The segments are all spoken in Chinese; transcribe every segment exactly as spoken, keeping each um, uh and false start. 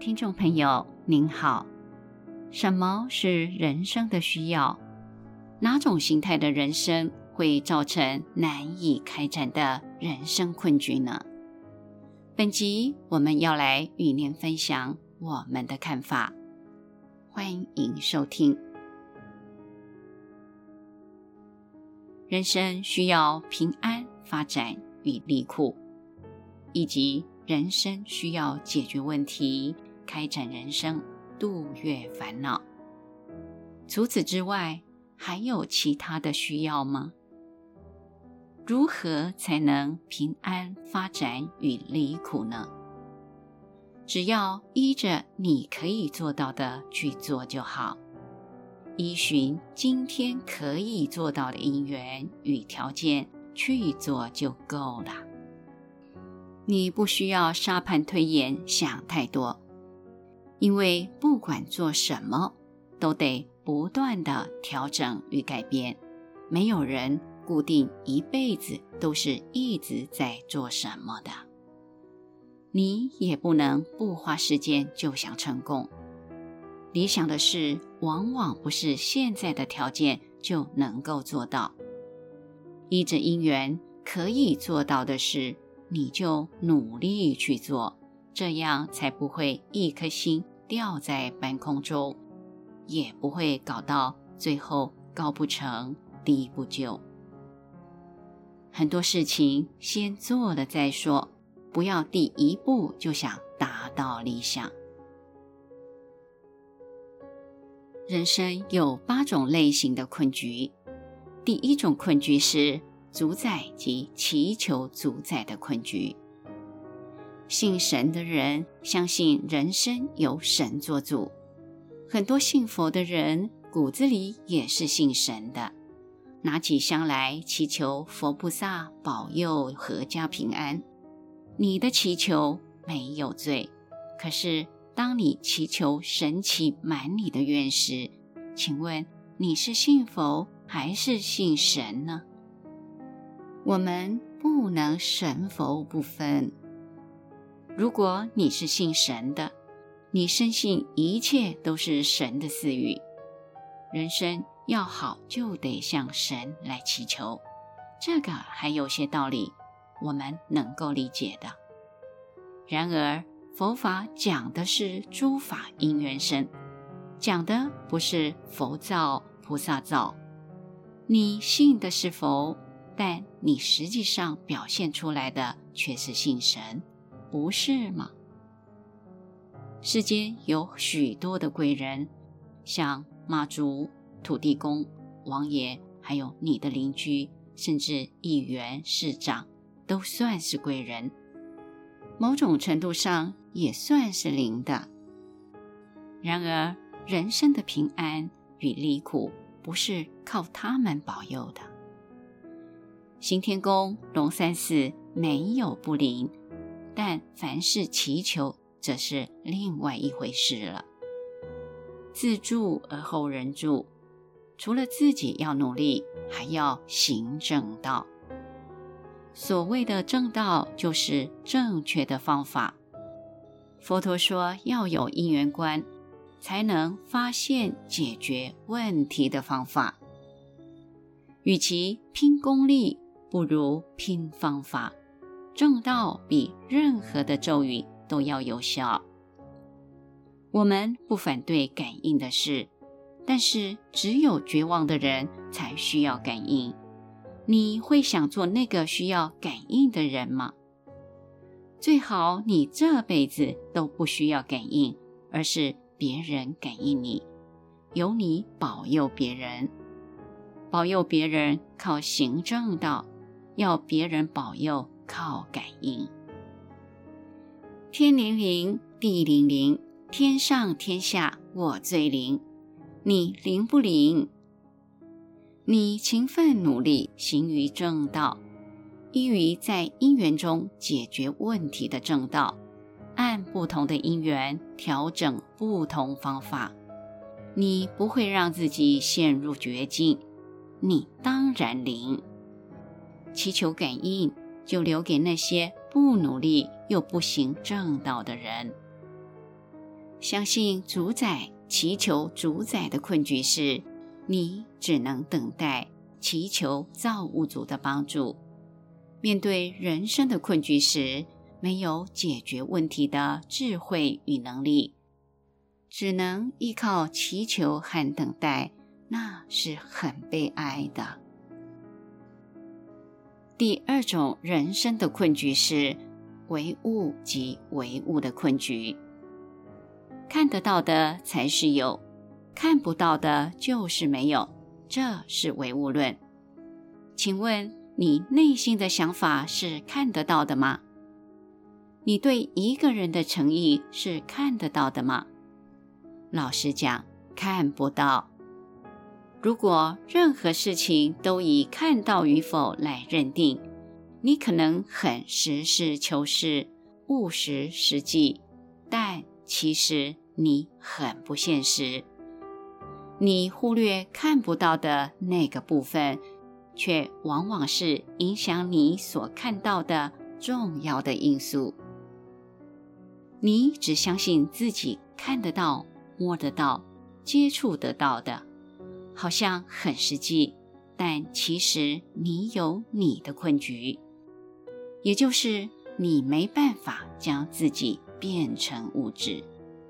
听众朋友您好，什么是人生的需要？哪种形态的人生会造成难以开展的人生困局呢？本集我们要来与您分享我们的看法，欢迎收听。人生需要平安发展与离苦，以及人生需要解决问题，开展人生，度越烦恼。除此之外，还有其他的需要吗？如何才能平安发展与离苦呢？只要依着你可以做到的去做就好，依循今天可以做到的因缘与条件去做就够了。你不需要沙盘推演想太多，因为不管做什么都得不断的调整与改变，没有人固定一辈子都是一直在做什么的。你也不能不花时间就想成功，理想的事往往不是现在的条件就能够做到。依着因缘可以做到的事，你就努力去做，这样才不会一颗心掉在半空中，也不会搞到最后高不成低不就。很多事情先做了再说，不要第一步就想达到理想。人生有八种类型的困局，第一种困局是主宰及祈求主宰的困局。信神的人相信人生由神做主，很多信佛的人骨子里也是信神的，拿起香来祈求佛菩萨保佑阖家平安。你的祈求没有罪，可是当你祈求神起满你的愿时，请问你是信佛还是信神呢？我们不能神佛不分。如果你是信神的，你深信一切都是神的赐予，人生要好就得向神来祈求，这个还有些道理我们能够理解的。然而佛法讲的是诸法因缘生，讲的不是佛造菩萨造。你信的是佛，但你实际上表现出来的却是信神，不是吗？世间有许多的贵人，像妈祖、土地公、王爷，还有你的邻居，甚至议员、市长，都算是贵人，某种程度上也算是灵的。然而人生的平安与离苦不是靠他们保佑的。行天宫、龙山寺没有不灵，但凡事祈求则是另外一回事了。自助而后人助，除了自己要努力，还要行正道。所谓的正道就是正确的方法。佛陀说要有因缘观，才能发现解决问题的方法。与其拼功力，不如拼方法。正道比任何的咒语都要有效。我们不反对感应的事，但是只有绝望的人才需要感应。你会想做那个需要感应的人吗？最好你这辈子都不需要感应，而是别人感应你，由你保佑别人。保佑别人靠行正道，要别人保佑靠感应。天灵灵，地灵灵，天上天下我最灵。你灵不灵？你勤奋努力，行于正道，依于在因缘中解决问题的正道，按不同的因缘调整不同方法，你不会让自己陷入绝境，你当然灵。祈求感应，就留给那些不努力又不行正道的人。 相信主宰、祈求主宰的困局是，你只能等待祈求造物主的帮助。面对人生的困局时，没有解决问题的智慧与能力，只能依靠祈求和等待，那是很悲哀的。第二种人生的困局是唯物及唯物的困局。看得到的才是有，看不到的就是没有，这是唯物论。请问你内心的想法是看得到的吗？你对一个人的诚意是看得到的吗？老实讲，看不到。如果任何事情都以看到与否来认定，你可能很实事求是、务实实际，但其实你很不现实。你忽略看不到的那个部分，却往往是影响你所看到的重要的因素。你只相信自己看得到、摸得到、接触得到的，好像很实际，但其实你有你的困局，也就是你没办法将自己变成物质。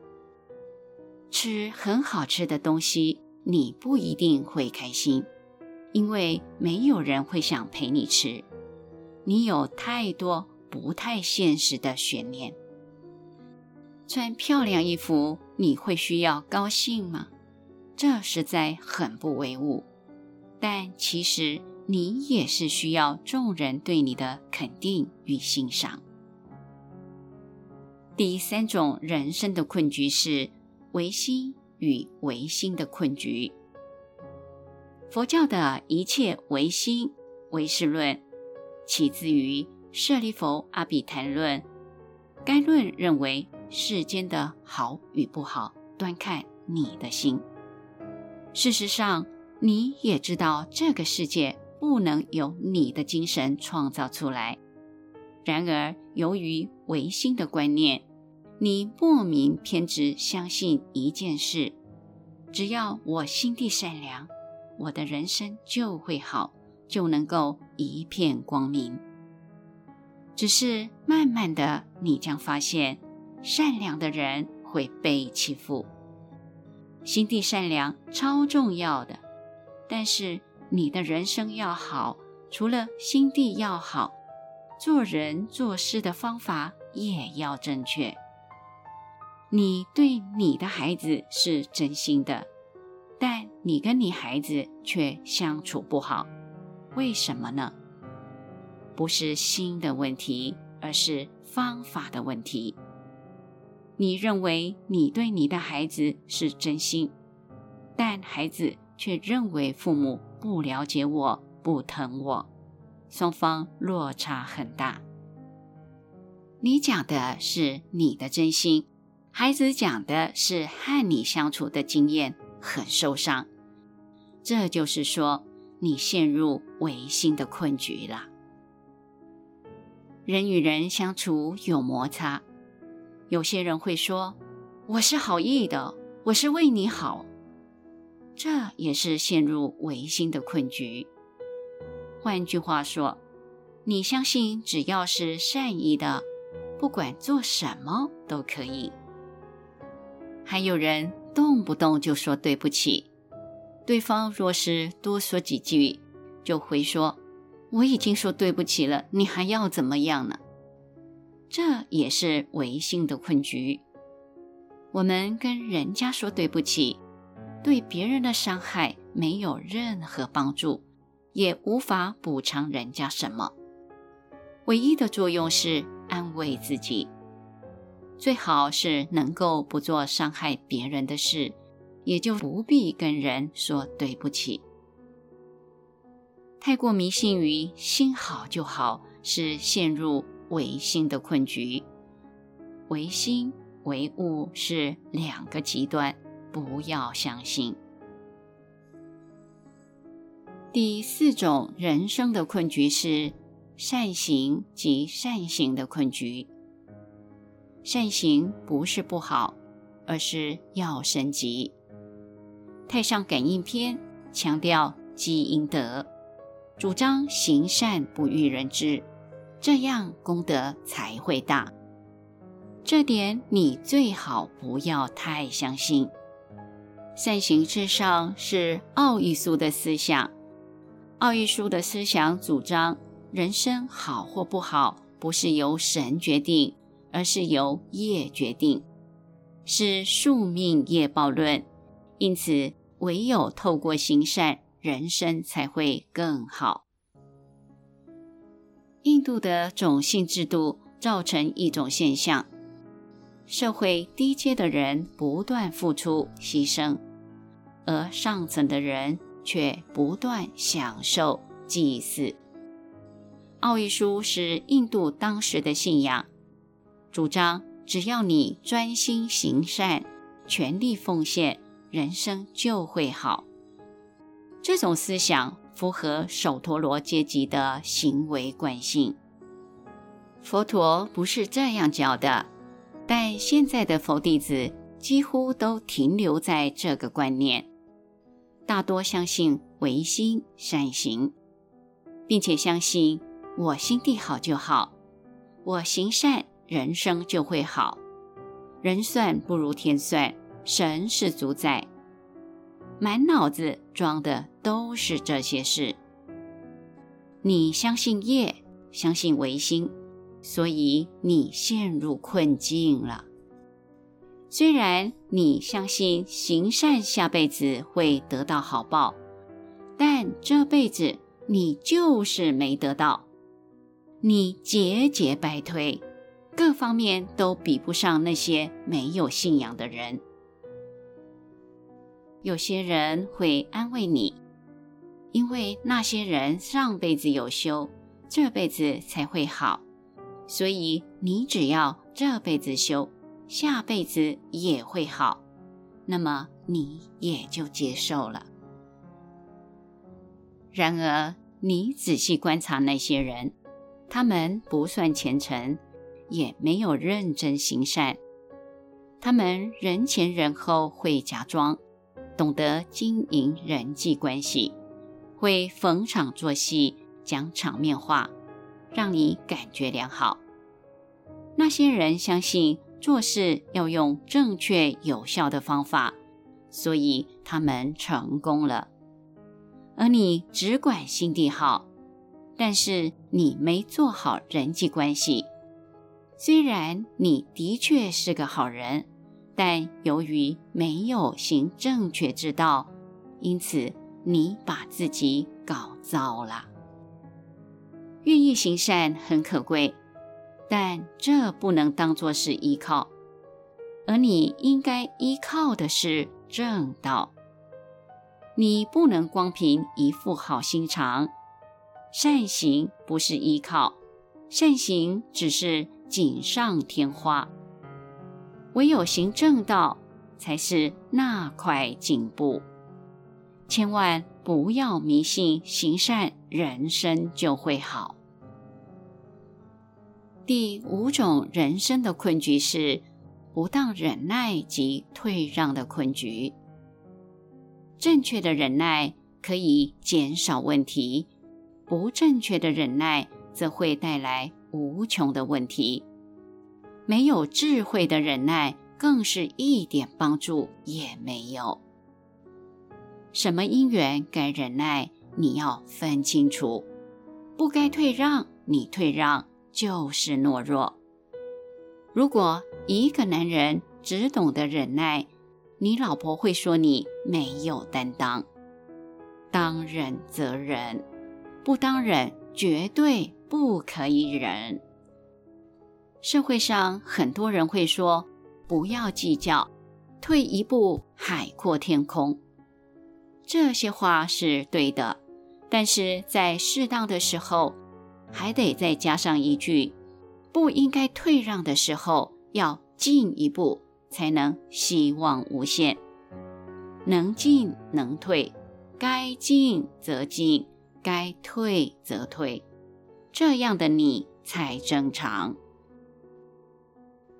吃很好吃的东西，你不一定会开心，因为没有人会想陪你吃。你有太多不太现实的悬念。穿漂亮衣服，你会需要高兴吗？这实在很不唯物，但其实你也是需要众人对你的肯定与欣赏。第三种人生的困局是唯心与唯心的困局。佛教的一切唯心、唯识论，起自于舍利弗阿毗昙论。该论认为，世间的好与不好，端看你的心。事实上，你也知道这个世界不能由你的精神创造出来。然而，由于唯心的观念，你莫名偏执相信一件事：只要我心地善良，我的人生就会好，就能够一片光明。只是慢慢的，你将发现，善良的人会被欺负。心地善良超重要的，但是你的人生要好，除了心地要好，做人做事的方法也要正确。你对你的孩子是真心的，但你跟你孩子却相处不好，为什么呢？不是心的问题，而是方法的问题。你认为你对你的孩子是真心，但孩子却认为父母不了解我，不疼我，双方落差很大。你讲的是你的真心，孩子讲的是和你相处的经验，很受伤。这就是说，你陷入唯心的困局了。人与人相处有摩擦，有些人会说，我是好意的，我是为你好，这也是陷入唯心的困局。换句话说，你相信只要是善意的，不管做什么都可以。还有人动不动就说对不起，对方若是多说几句，就会说，我已经说对不起了，你还要怎么样呢？这也是唯心的困局。我们跟人家说对不起，对别人的伤害没有任何帮助，也无法补偿人家什么。唯一的作用是安慰自己，最好是能够不做伤害别人的事，也就不必跟人说对不起。太过迷信于心好就好，是陷入唯心的困局。唯心、唯物是两个极端，不要相信。第四种人生的困局是善行及善行的困局。善行不是不好， 而是要升级。太上感应篇强调积阴德，主张行善不欲人知，这样功德才会大。这点你最好不要太相信。善行至上是奥义书的思想，奥义书的思想主张人生好或不好不是由神决定，而是由业决定，是宿命业报论。因此唯有透过行善，人生才会更好。印度的种姓制度造成一种现象，社会低阶的人不断付出牺牲，而上层的人却不断享受祭祀。奥义书是印度当时的信仰，主张只要你专心行善，全力奉献，人生就会好。这种思想符合首陀罗阶级的行为惯性。佛陀不是这样教的，但现在的佛弟子几乎都停留在这个观念，大多相信唯心善行，并且相信我心地好就好，我行善，人生就会好。人算不如天算，神是主宰，满脑子装的都是这些事。你相信业，相信唯心，所以你陷入困境了。虽然你相信行善下辈子会得到好报，但这辈子你就是没得到，你节节败退，各方面都比不上那些没有信仰的人。有些人会安慰你，因为那些人上辈子有修，这辈子才会好，所以你只要这辈子修，下辈子也会好，那么你也就接受了。然而你仔细观察那些人，他们不算虔诚，也没有认真行善，他们人前人后会假装，懂得经营人际关系，会逢场作戏，讲场面话，让你感觉良好。那些人相信做事要用正确有效的方法，所以他们成功了。而你只管心地好，但是你没做好人际关系。虽然你的确是个好人，但由于没有行正确之道，因此你把自己搞糟了。愿意行善很可贵，但这不能当作是依靠，而你应该依靠的是正道。你不能光凭一副好心肠，善行不是依靠，善行只是锦上添花，唯有行正道才是那块进步。千万不要迷信行善，人生就会好。第五种人生的困局是不当忍耐及退让的困局。正确的忍耐可以减少问题，不正确的忍耐则会带来无穷的问题。没有智慧的忍耐更是一点帮助也没有。什么因缘该忍耐，你要分清楚，不该退让，你退让就是懦弱。如果一个男人只懂得忍耐，你老婆会说你没有担当。当忍则忍，不当忍绝对不可以忍。社会上很多人会说不要计较，退一步海阔天空。这些话是对的，但是在适当的时候还得再加上一句，不应该退让的时候要进一步，才能希望无限。能进能退，该进则进，该退则退，这样的你才正常。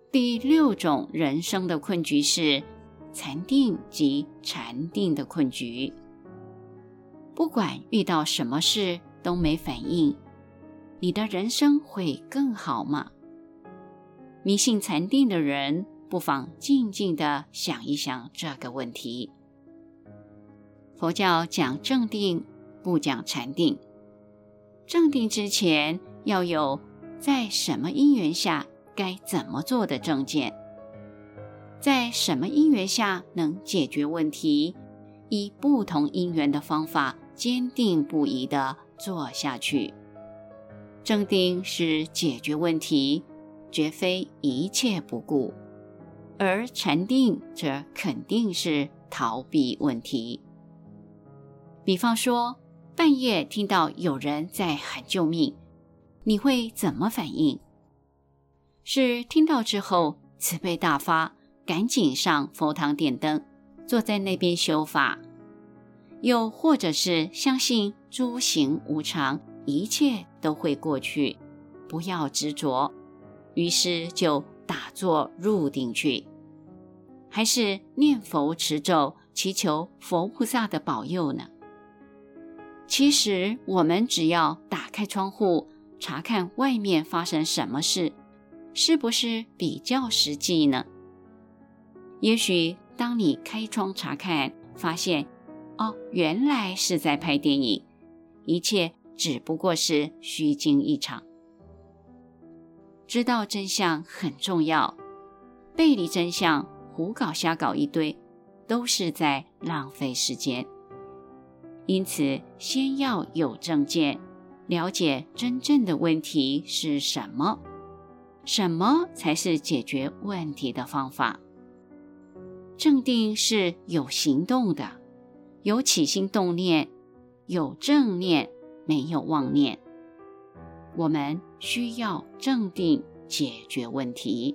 第六种人生的困局是禅定及禅定的困局。不管遇到什么事都没反应，你的人生会更好吗？迷信禅定的人，不妨静静地想一想这个问题。佛教讲正定，不讲禅定。正定之前要有在什么因缘下该怎么做的正见，在什么因缘下能解决问题，以不同因缘的方法坚定不移地做下去。正定是解决问题，绝非一切不顾，而禅定则肯定是逃避问题。比方说，半夜听到有人在喊救命，你会怎么反应？是听到之后慈悲大发，赶紧上佛堂点灯，坐在那边修法，又或者是相信诸行无常，一切都会过去，不要执着，于是就打坐入定去，还是念佛持咒，祈求佛菩萨的保佑呢？其实我们只要打开窗户，查看外面发生什么事，是不是比较实际呢？也许当你开窗查看，发现哦，原来是在拍电影，一切只不过是虚惊一场。知道真相很重要，背离真相，胡搞瞎搞一堆，都是在浪费时间。因此，先要有正见，了解真正的问题是什么，什么才是解决问题的方法。正定是有行动的，有起心动念，有正念，没有妄念。我们需要正定解决问题。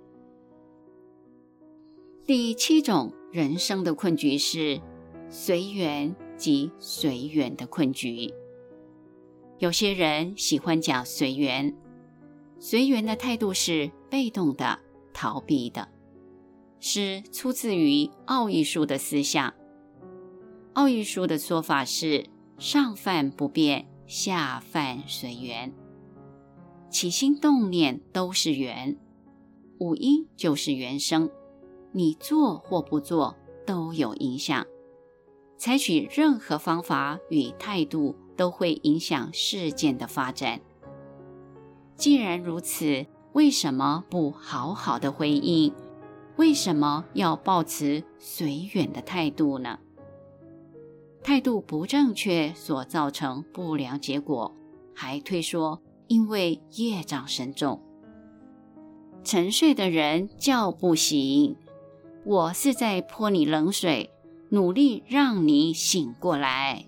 第七种人生的困局是随缘及随缘的困局。有些人喜欢讲随缘，随缘的态度是被动的、逃避的，是出自于奥义书的思想。奥义书的说法是上犯不变，下犯随缘，起心动念都是缘，五阴就是缘生，你做或不做都有影响，采取任何方法与态度都会影响事件的发展。既然如此，为什么不好好的回应？为什么要抱持随缘的态度呢？态度不正确所造成不良结果，还推说因为业障深重。沉睡的人叫不醒，我是在泼你冷水，努力让你醒过来。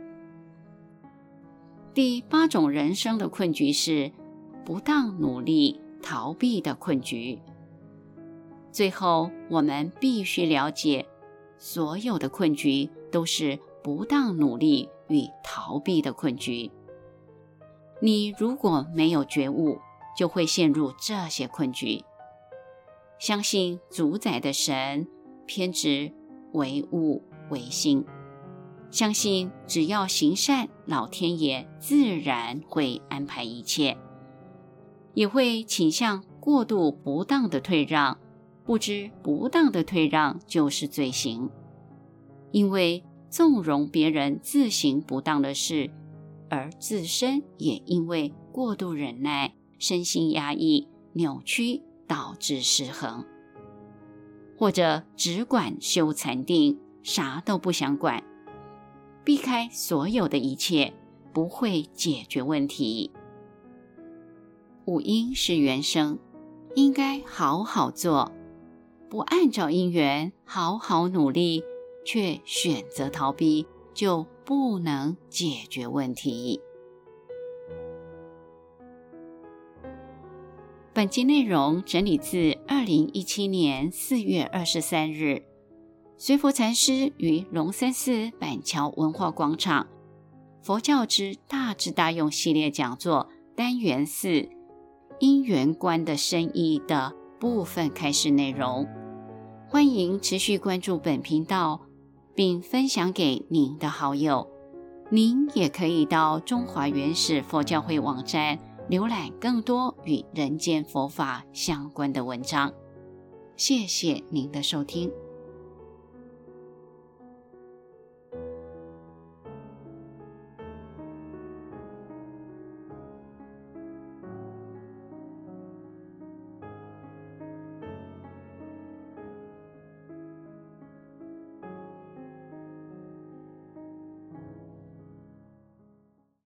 第八种人生的困局是不当努力逃避的困局。最后，我们必须了解，所有的困局都是不当努力与逃避的困局。你如果没有觉悟，就会陷入这些困局。相信主宰的神，偏执唯物唯心，相信只要行善，老天爷自然会安排一切，也会倾向过度不当的退让，不知不当的退让就是罪行。因为纵容别人自行不当的事，而自身也因为过度忍耐，身心压抑，扭曲，导致失衡。或者只管修禅定，啥都不想管，避开所有的一切，不会解决问题。五阴是缘生，应该好好做，不按照因缘好好努力，却选择逃避，就不能解决问题。本集内容整理自二零一七年四月二十三日，随佛禅师于龙山寺板桥文化广场佛教之大智大用系列讲座单元四因缘观的深意的部分开示内容。欢迎持续关注本频道，并分享给您的好友。您也可以到中华原始佛教会网站浏览更多与人间佛法相关的文章。谢谢您的收听。